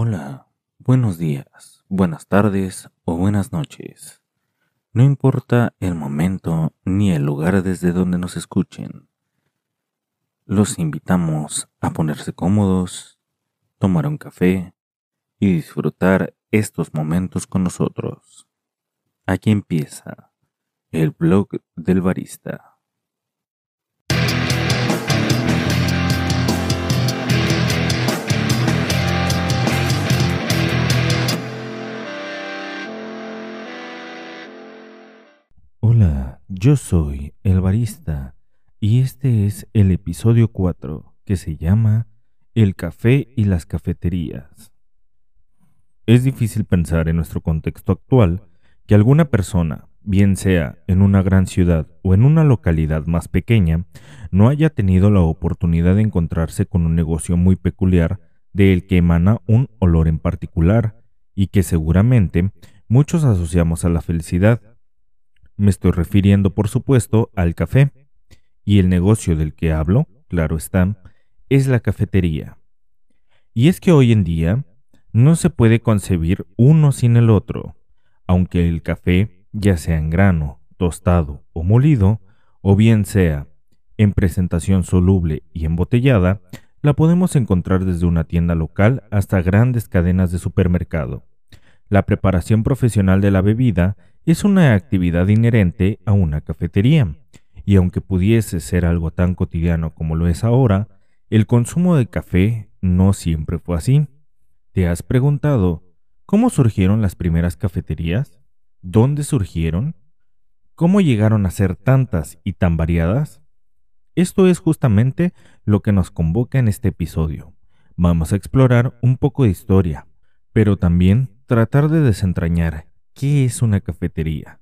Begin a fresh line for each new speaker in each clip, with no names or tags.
Hola, buenos días, buenas tardes o buenas noches. No importa el momento ni el lugar desde donde nos escuchen. Los invitamos a ponerse cómodos, tomar un café y disfrutar estos momentos con nosotros. Aquí empieza el blog del barista. Hola, yo soy el barista y este es el episodio 4 que se llama El café y las cafeterías. Es difícil pensar en nuestro contexto actual que alguna persona, bien sea en una gran ciudad o en una localidad más pequeña, no haya tenido la oportunidad de encontrarse con un negocio muy peculiar del que emana un olor en particular y que seguramente muchos asociamos a la felicidad. Me estoy refiriendo, por supuesto, al café. Y el negocio del que hablo, claro está, es la cafetería. Y es que hoy en día no se puede concebir uno sin el otro, aunque el café, ya sea en grano, tostado o molido, o bien sea en presentación soluble y embotellada, la podemos encontrar desde una tienda local hasta grandes cadenas de supermercado. La preparación profesional de la bebida es una actividad inherente a una cafetería, y aunque pudiese ser algo tan cotidiano como lo es ahora, el consumo de café no siempre fue así. ¿Te has preguntado cómo surgieron las primeras cafeterías? ¿Dónde surgieron? ¿Cómo llegaron a ser tantas y tan variadas? Esto es justamente lo que nos convoca en este episodio. Vamos a explorar un poco de historia, pero también tratar de desentrañar qué es una cafetería.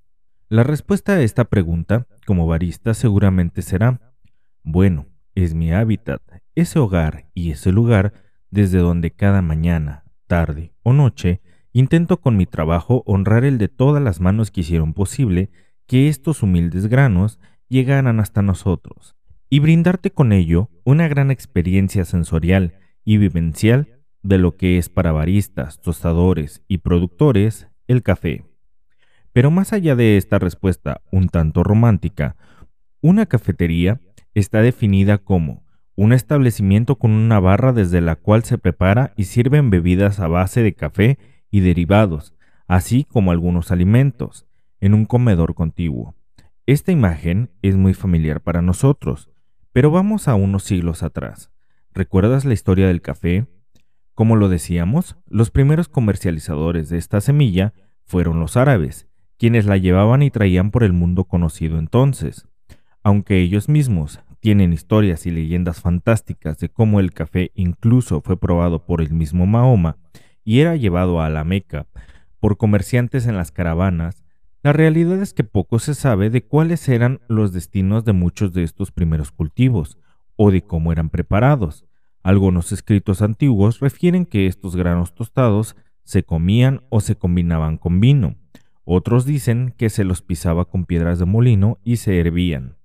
La respuesta a esta pregunta, como barista, seguramente será, bueno, es mi hábitat, ese hogar y ese lugar desde donde cada mañana, tarde o noche intento con mi trabajo honrar el de todas las manos que hicieron posible que estos humildes granos llegaran hasta nosotros y brindarte con ello una gran experiencia sensorial y vivencial de lo que es para baristas, tostadores y productores el café. Pero más allá de esta respuesta un tanto romántica, una cafetería está definida como un establecimiento con una barra desde la cual se prepara y sirven bebidas a base de café y derivados, así como algunos alimentos, en un comedor contiguo. Esta imagen es muy familiar para nosotros, pero vamos a unos siglos atrás. ¿Recuerdas la historia del café? Como lo decíamos, los primeros comercializadores de esta semilla fueron los árabes, quienes la llevaban y traían por el mundo conocido entonces. Aunque ellos mismos tienen historias y leyendas fantásticas de cómo el café incluso fue probado por el mismo Mahoma y era llevado a la Meca por comerciantes en las caravanas, la realidad es que poco se sabe de cuáles eran los destinos de muchos de estos primeros cultivos o de cómo eran preparados. Algunos escritos antiguos refieren que estos granos tostados se comían o se combinaban con vino. Otros dicen que se los pisaba con piedras de molino y se hervían.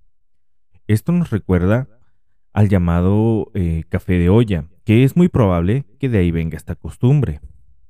Esto nos recuerda al llamado café de olla, que es muy probable que de ahí venga esta costumbre.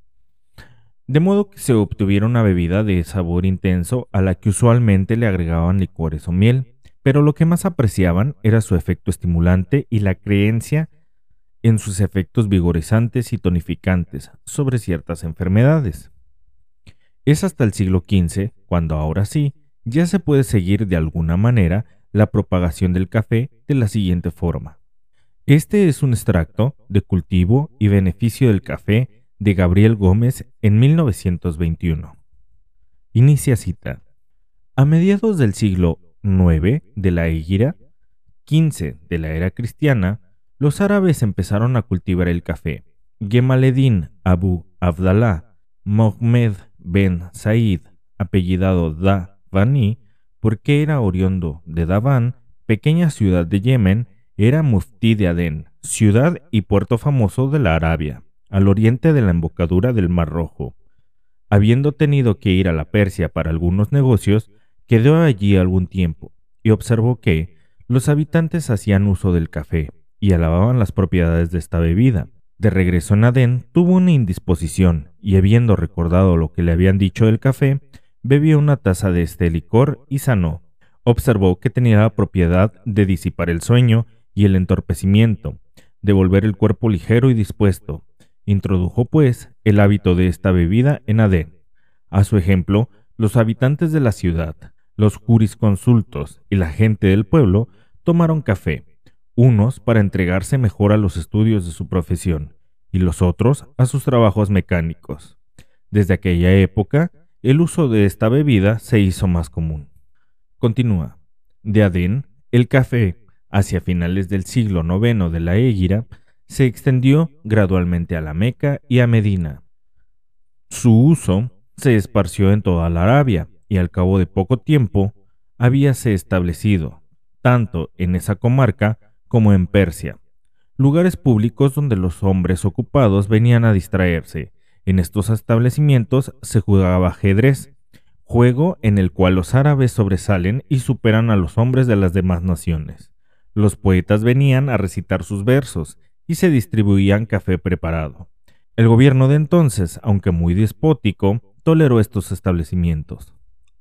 De modo que se obtuviera una bebida de sabor intenso a la que usualmente le agregaban licores o miel, pero lo que más apreciaban era su efecto estimulante y la creencia en sus efectos vigorizantes y tonificantes sobre ciertas enfermedades. Es hasta el siglo XV cuando ahora sí ya se puede seguir de alguna manera la propagación del café de la siguiente forma. Este es un extracto de Cultivo y beneficio del café de Gabriel Gómez en 1921. Inicia cita. A mediados del siglo IX de la Égira, XV de la era cristiana, los árabes empezaron a cultivar el café. Gemaleddin Abu Abdallah Mohammed ben Said, apellidado Davani, porque era oriundo de Davan, pequeña ciudad de Yemen, era muftí de Adén, ciudad y puerto famoso de la Arabia, al oriente de la embocadura del Mar Rojo. Habiendo tenido que ir a la Persia para algunos negocios, quedó allí algún tiempo y observó que los habitantes hacían uso del café y alababan las propiedades de esta bebida. De regreso en Adén, tuvo una indisposición y, habiendo recordado lo que le habían dicho del café, bebió una taza de este licor y sanó. Observó que tenía la propiedad de disipar el sueño y el entorpecimiento, de volver el cuerpo ligero y dispuesto. Introdujo, pues, el hábito de esta bebida en Adén. A su ejemplo, los habitantes de la ciudad, los jurisconsultos y la gente del pueblo tomaron café, unos para entregarse mejor a los estudios de su profesión y los otros a sus trabajos mecánicos. Desde aquella época, el uso de esta bebida se hizo más común. Continúa. De Adén, el café, hacia finales del siglo IX de la Égira, se extendió gradualmente a la Meca y a Medina. Su uso se esparció en toda la Arabia y al cabo de poco tiempo habíase establecido, tanto en esa comarca como en Persia, lugares públicos donde los hombres ocupados venían a distraerse. En estos establecimientos se jugaba ajedrez, juego en el cual los árabes sobresalen y superan a los hombres de las demás naciones. Los poetas venían a recitar sus versos y se distribuían café preparado. El gobierno de entonces, aunque muy despótico, toleró estos establecimientos.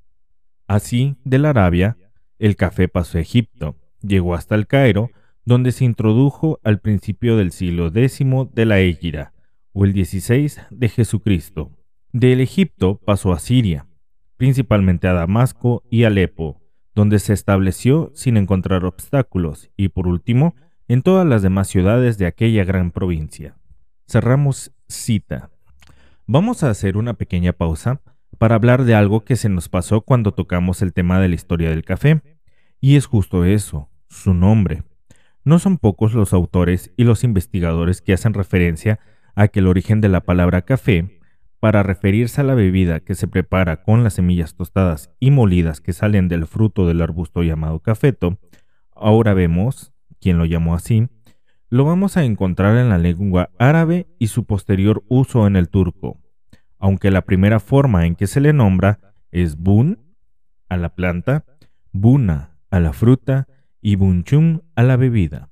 Así, de la Arabia, el café pasó a Egipto, llegó hasta el Cairo, donde se introdujo al principio del siglo X de la Égira, o el XVI de Jesucristo. Del Egipto pasó a Siria, principalmente a Damasco y Alepo, donde se estableció sin encontrar obstáculos, y por último, en todas las demás ciudades de aquella gran provincia. Cerramos cita. Vamos a hacer una pequeña pausa para hablar de algo que se nos pasó cuando tocamos el tema de la historia del café, y es justo eso, su nombre. No son pocos los autores y los investigadores que hacen referencia a que el origen de la palabra café, para referirse a la bebida que se prepara con las semillas tostadas y molidas que salen del fruto del arbusto llamado cafeto, ahora vemos quién lo llamó así, lo vamos a encontrar en la lengua árabe y su posterior uso en el turco, aunque la primera forma en que se le nombra es bun, a la planta, buna, a la fruta, y bunchum, a la bebida.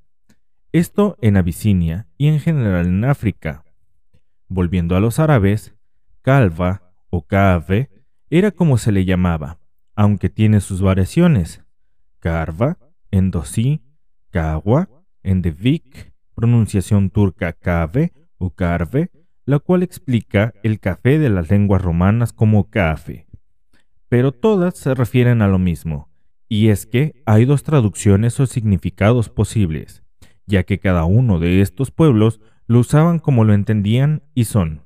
Esto en Abisinia y en general en África. Volviendo a los árabes, calva o cave era como se le llamaba, aunque tiene sus variaciones. Carva, en dosí, cagua, en devik, pronunciación turca cave o carve, la cual explica el café de las lenguas romanas como cafe. Pero todas se refieren a lo mismo, y es que hay dos traducciones o significados posibles, ya que cada uno de estos pueblos lo usaban como lo entendían y son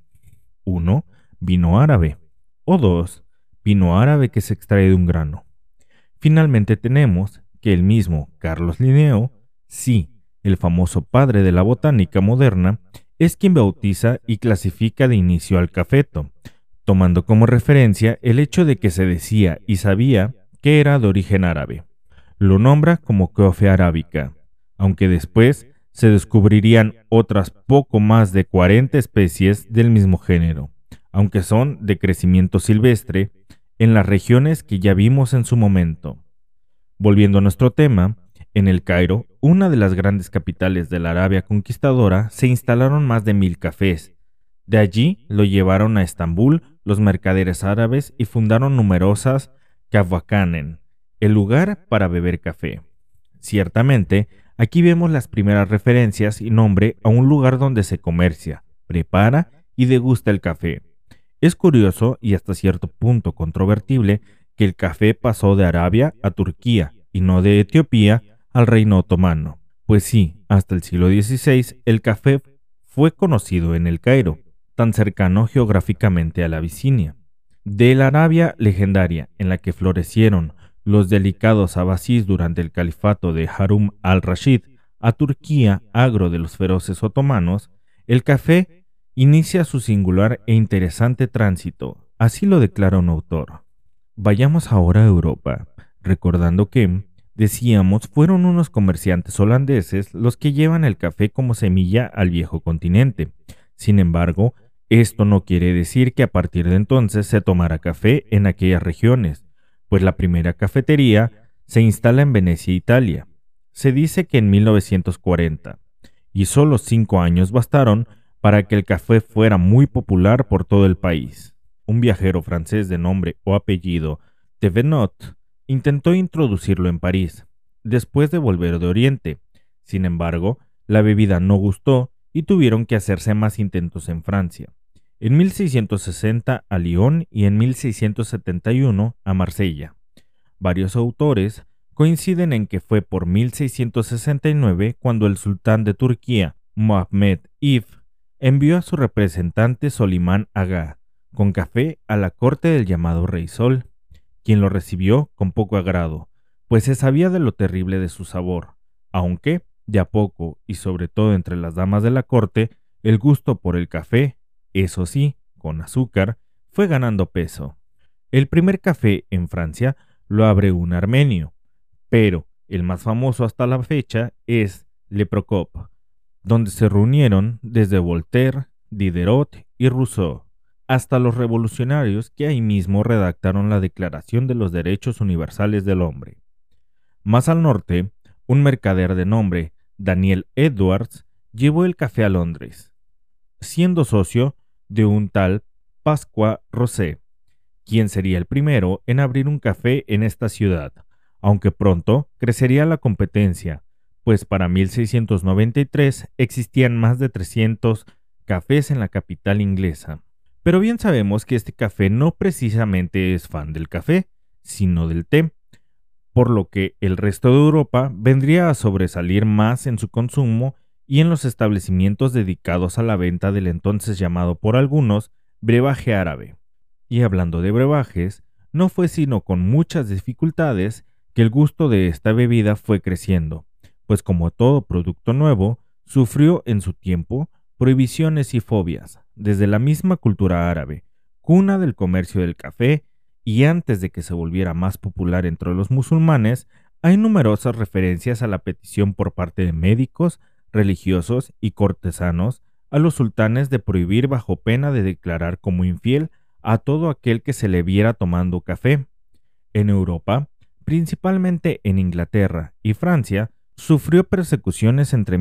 1. Vino árabe, o 2. Vino árabe que se extrae de un grano. Finalmente tenemos que el mismo Carlos Linneo, sí, el famoso padre de la botánica moderna, es quien bautiza y clasifica de inicio al cafeto, tomando como referencia el hecho de que se decía y sabía que era de origen árabe. Lo nombra como coffea arábica, aunque después se descubrirían otras poco más de 40 especies del mismo género, aunque son de crecimiento silvestre, en las regiones que ya vimos en su momento. Volviendo a nuestro tema, en el Cairo, una de las grandes capitales de la Arabia conquistadora, se instalaron más de 1000 cafés. De allí lo llevaron a Estambul los mercaderes árabes y fundaron numerosas kahwakhanen, el lugar para beber café. Ciertamente, aquí vemos las primeras referencias y nombre a un lugar donde se comercia, prepara y degusta el café. Es curioso y hasta cierto punto controvertible que el café pasó de Arabia a Turquía y no de Etiopía al reino otomano. Pues sí, hasta el siglo XVI el café fue conocido en el Cairo, tan cercano geográficamente a la Abisinia. De la Arabia legendaria, en la que florecieron los delicados abasís durante el califato de Harún al-Rashid, a Turquía, agro de los feroces otomanos, el café inicia su singular e interesante tránsito, así lo declara un autor. Vayamos ahora a Europa, recordando que, decíamos, fueron unos comerciantes holandeses los que llevan el café como semilla al viejo continente. Sin embargo, esto no quiere decir que a partir de entonces se tomara café en aquellas regiones, pues la primera cafetería se instala en Venecia, Italia. Se dice que en 1940, y solo 5 años bastaron para que el café fuera muy popular por todo el país. Un viajero francés de nombre o apellido Thévenot intentó introducirlo en París, después de volver de Oriente. Sin embargo, la bebida no gustó y tuvieron que hacerse más intentos en Francia. En 1660 a Lyon y en 1671 a Marsella. Varios autores coinciden en que fue por 1669 cuando el sultán de Turquía, Mohammed If, envió a su representante Solimán Agha con café a la corte del llamado Rey Sol, quien lo recibió con poco agrado, pues se sabía de lo terrible de su sabor, aunque, de a poco, y sobre todo entre las damas de la corte, el gusto por el café, eso sí, con azúcar, fue ganando peso. El primer café en Francia lo abre un armenio, pero el más famoso hasta la fecha es Le Procop, donde se reunieron desde Voltaire, Diderot y Rousseau, hasta los revolucionarios que ahí mismo redactaron la Declaración de los Derechos Universales del Hombre. Más al norte, un mercader de nombre Daniel Edwards llevó el café a Londres, siendo socio de un tal Pasqua Rosé, quien sería el primero en abrir un café en esta ciudad, aunque pronto crecería la competencia, pues para 1693 existían más de 300 cafés en la capital inglesa. Pero bien sabemos que este café no precisamente es fan del café, sino del té, por lo que el resto de Europa vendría a sobresalir más en su consumo y en los establecimientos dedicados a la venta del entonces llamado por algunos brebaje árabe. Y hablando de brebajes, no fue sino con muchas dificultades que el gusto de esta bebida fue creciendo, pues como todo producto nuevo, sufrió en su tiempo prohibiciones y fobias, desde la misma cultura árabe, cuna del comercio del café, y antes de que se volviera más popular entre los musulmanes, hay numerosas referencias a la petición por parte de médicos, religiosos y cortesanos a los sultanes de prohibir bajo pena de declarar como infiel a todo aquel que se le viera tomando café. En Europa, principalmente en Inglaterra y Francia, sufrió persecuciones entre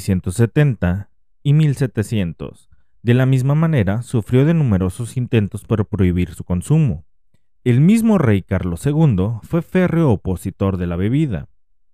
1670 y 1700. De la misma manera, sufrió de numerosos intentos por prohibir su consumo. El mismo rey Carlos II fue férreo opositor de la bebida.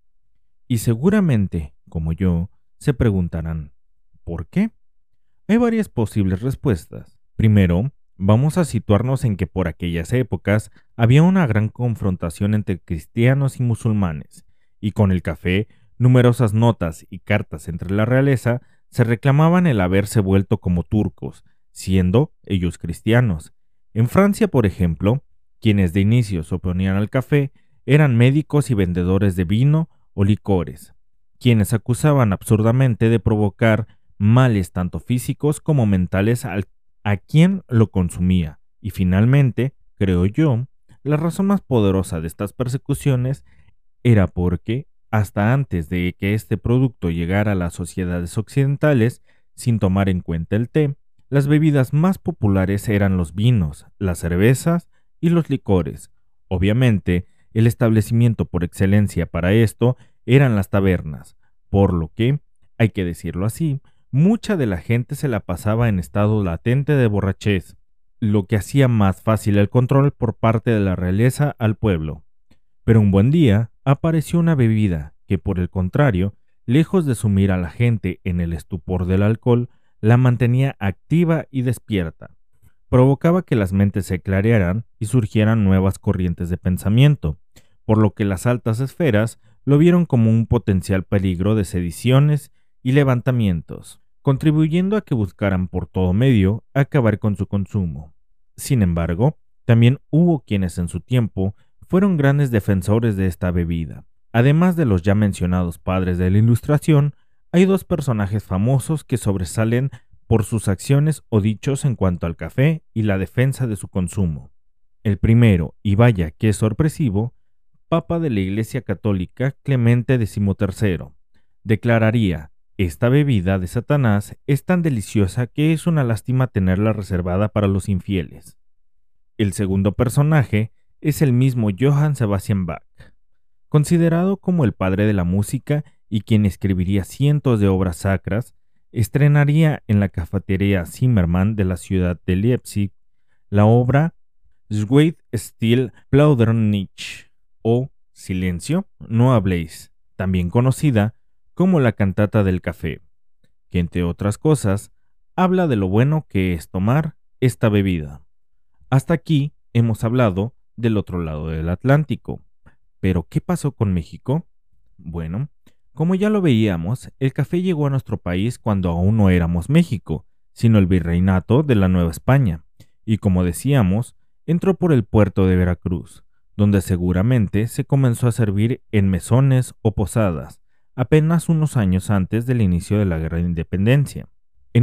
Y seguramente, como yo, se preguntarán, ¿por qué? Hay varias posibles respuestas. Primero, vamos a situarnos en que por aquellas épocas había una gran confrontación entre cristianos y musulmanes, y con el café, numerosas notas y cartas entre la realeza se reclamaban el haberse vuelto como turcos, siendo ellos cristianos. En Francia, por ejemplo, quienes de inicio se oponían al café eran médicos y vendedores de vino o licores, quienes acusaban absurdamente de provocar males tanto físicos como mentales a quien lo consumía. Y finalmente, creo yo, la razón más poderosa de estas persecuciones era porque, hasta antes de que este producto llegara a las sociedades occidentales, sin tomar en cuenta el té, las bebidas más populares eran los vinos, las cervezas y los licores. Obviamente, el establecimiento por excelencia para esto eran las tabernas, por lo que, hay que decirlo así, mucha de la gente se la pasaba en estado latente de borrachez, lo que hacía más fácil el control por parte de la realeza al pueblo. Pero un buen día apareció una bebida que, por el contrario, lejos de sumir a la gente en el estupor del alcohol, la mantenía activa y despierta. Provocaba que las mentes se clarearan y surgieran nuevas corrientes de pensamiento, por lo que las altas esferas lo vieron como un potencial peligro de sediciones y levantamientos, contribuyendo a que buscaran por todo medio acabar con su consumo. Sin embargo, también hubo quienes en su tiempo fueron grandes defensores de esta bebida. Además de los ya mencionados padres de la Ilustración, hay dos personajes famosos que sobresalen por sus acciones o dichos en cuanto al café y la defensa de su consumo. El primero, y vaya que es sorpresivo, Papa de la Iglesia Católica Clemente XIII, declararía: esta bebida de Satanás es tan deliciosa que es una lástima tenerla reservada para los infieles. El segundo personaje es el mismo Johann Sebastian Bach, considerado como el padre de la música y quien escribiría cientos de obras sacras, estrenaría en la cafetería Zimmermann de la ciudad de Leipzig la obra Schweigt still plaudern nicht, o Silencio, no habléis, también conocida como la cantata del café, que entre otras cosas habla de lo bueno que es tomar esta bebida. Hasta aquí hemos hablado del otro lado del Atlántico. Pero, ¿qué pasó con México? Bueno, como ya lo veíamos, el café llegó a nuestro país cuando aún no éramos México, sino el virreinato de la Nueva España, y como decíamos, entró por el puerto de Veracruz, donde seguramente se comenzó a servir en mesones o posadas, apenas unos años antes del inicio de la Guerra de Independencia. En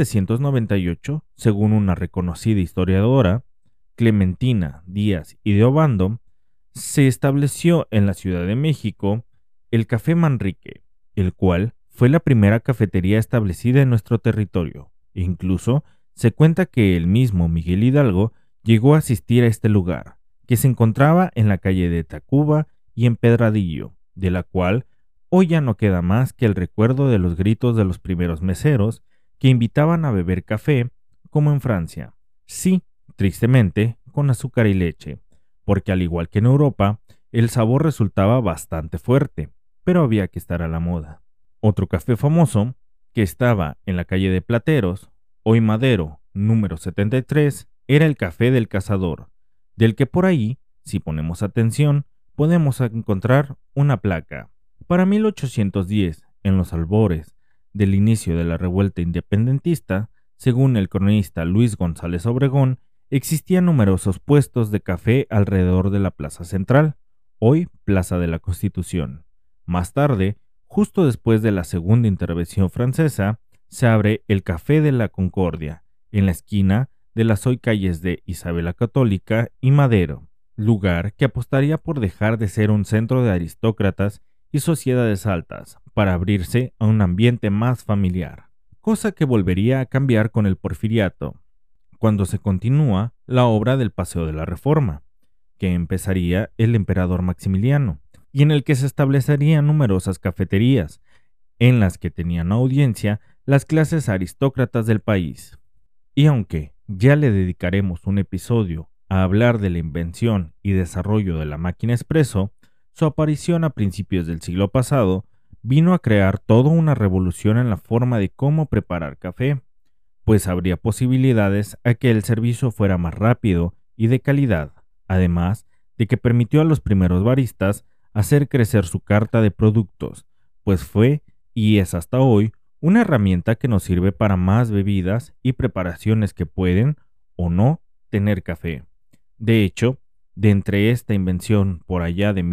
1798, según una reconocida historiadora, Clementina Díaz y de Obando, se estableció en la Ciudad de México el Café Manrique, el cual fue la primera cafetería establecida en nuestro territorio. E incluso se cuenta que el mismo Miguel Hidalgo llegó a asistir a este lugar, que se encontraba en la calle de Tacuba y en Pedradillo, de la cual hoy ya no queda más que el recuerdo de los gritos de los primeros meseros que invitaban a beber café, como en Francia. Sí, tristemente, con azúcar y leche, porque al igual que en Europa, el sabor resultaba bastante fuerte, pero había que estar a la moda. Otro café famoso, que estaba en la calle de Plateros, hoy Madero, número 73, era el Café del Cazador, del que por ahí, si ponemos atención, podemos encontrar una placa. Para 1810, en los albores del inicio de la revuelta independentista, según el cronista Luis González Obregón, existían numerosos puestos de café alrededor de la Plaza Central, hoy Plaza de la Constitución. Más tarde, justo después de la segunda intervención francesa, se abre el Café de la Concordia, en la esquina de las hoy calles de Isabel la Católica y Madero, lugar que apostaría por dejar de ser un centro de aristócratas y sociedades altas para abrirse a un ambiente más familiar, cosa que volvería a cambiar con el Porfiriato, cuando se continúa la obra del Paseo de la Reforma, que empezaría el emperador Maximiliano, y en el que se establecerían numerosas cafeterías, en las que tenían audiencia las clases aristócratas del país. Y aunque ya le dedicaremos un episodio a hablar de la invención y desarrollo de la máquina expreso, su aparición a principios del siglo pasado vino a crear toda una revolución en la forma de cómo preparar café, pues habría posibilidades a que el servicio fuera más rápido y de calidad, además de que permitió a los primeros baristas hacer crecer su carta de productos, pues fue y es hasta hoy una herramienta que nos sirve para más bebidas y preparaciones que pueden o no tener café. De hecho, de entre esta invención por allá de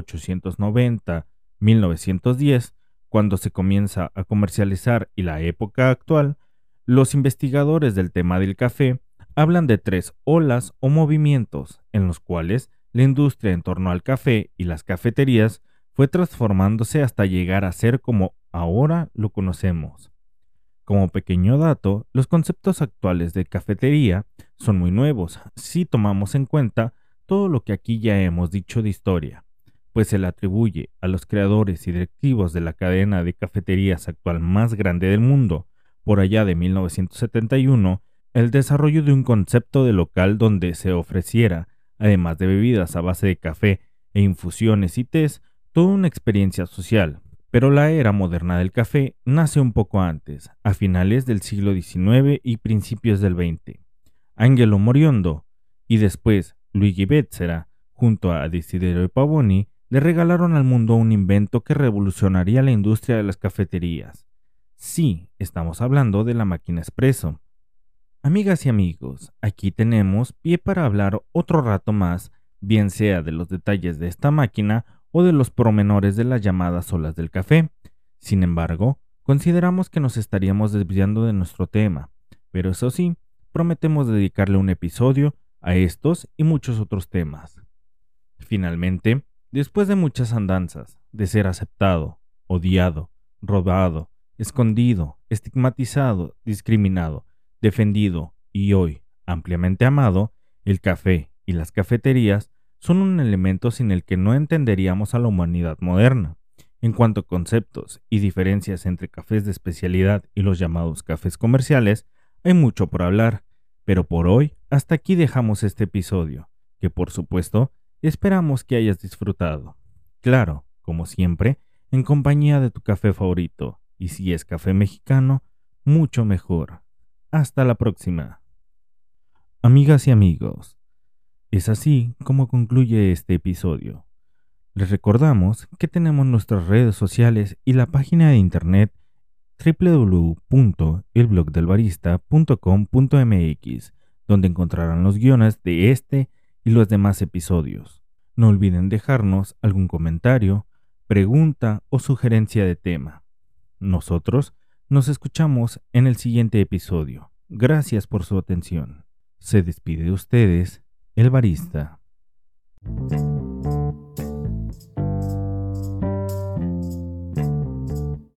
1890-1910, cuando se comienza a comercializar, y la época actual, los investigadores del tema del café hablan de 3 olas o movimientos en los cuales la industria en torno al café y las cafeterías fue transformándose hasta llegar a ser como ahora lo conocemos. Como pequeño dato, los conceptos actuales de cafetería son muy nuevos si tomamos en cuenta todo lo que aquí ya hemos dicho de historia, pues se le atribuye a los creadores y directivos de la cadena de cafeterías actual más grande del mundo, por allá de 1971, el desarrollo de un concepto de local donde se ofreciera, además de bebidas a base de café e infusiones y tés, toda una experiencia social. Pero la era moderna del café nace un poco antes, a finales del siglo XIX y principios del XX. Angelo Moriondo y después Luigi Bezzera, junto a Desiderio Pavoni, le regalaron al mundo un invento que revolucionaría la industria de las cafeterías. Sí, estamos hablando de la máquina expreso. Amigas y amigos, aquí tenemos pie para hablar otro rato más, bien sea de los detalles de esta máquina o de los pormenores de las llamadas olas del café. Sin embargo, consideramos que nos estaríamos desviando de nuestro tema, pero eso sí, prometemos dedicarle un episodio a estos y muchos otros temas. Finalmente, después de muchas andanzas, de ser aceptado, odiado, robado, escondido, estigmatizado, discriminado, defendido y hoy ampliamente amado, el café y las cafeterías son un elemento sin el que no entenderíamos a la humanidad moderna. En cuanto a conceptos y diferencias entre cafés de especialidad y los llamados cafés comerciales, hay mucho por hablar, pero por hoy hasta aquí dejamos este episodio, que por supuesto esperamos que hayas disfrutado. Claro, como siempre, en compañía de tu café favorito, y si es café mexicano, mucho mejor. Hasta la próxima. Amigas y amigos, es así como concluye este episodio. Les recordamos que tenemos nuestras redes sociales y la página de internet www.elblogdelbarista.com.mx, donde encontrarán los guiones de este y los demás episodios. No olviden dejarnos algún comentario, pregunta o sugerencia de tema. Nosotros nos escuchamos en el siguiente episodio. Gracias por su atención. Se despide de ustedes, el barista.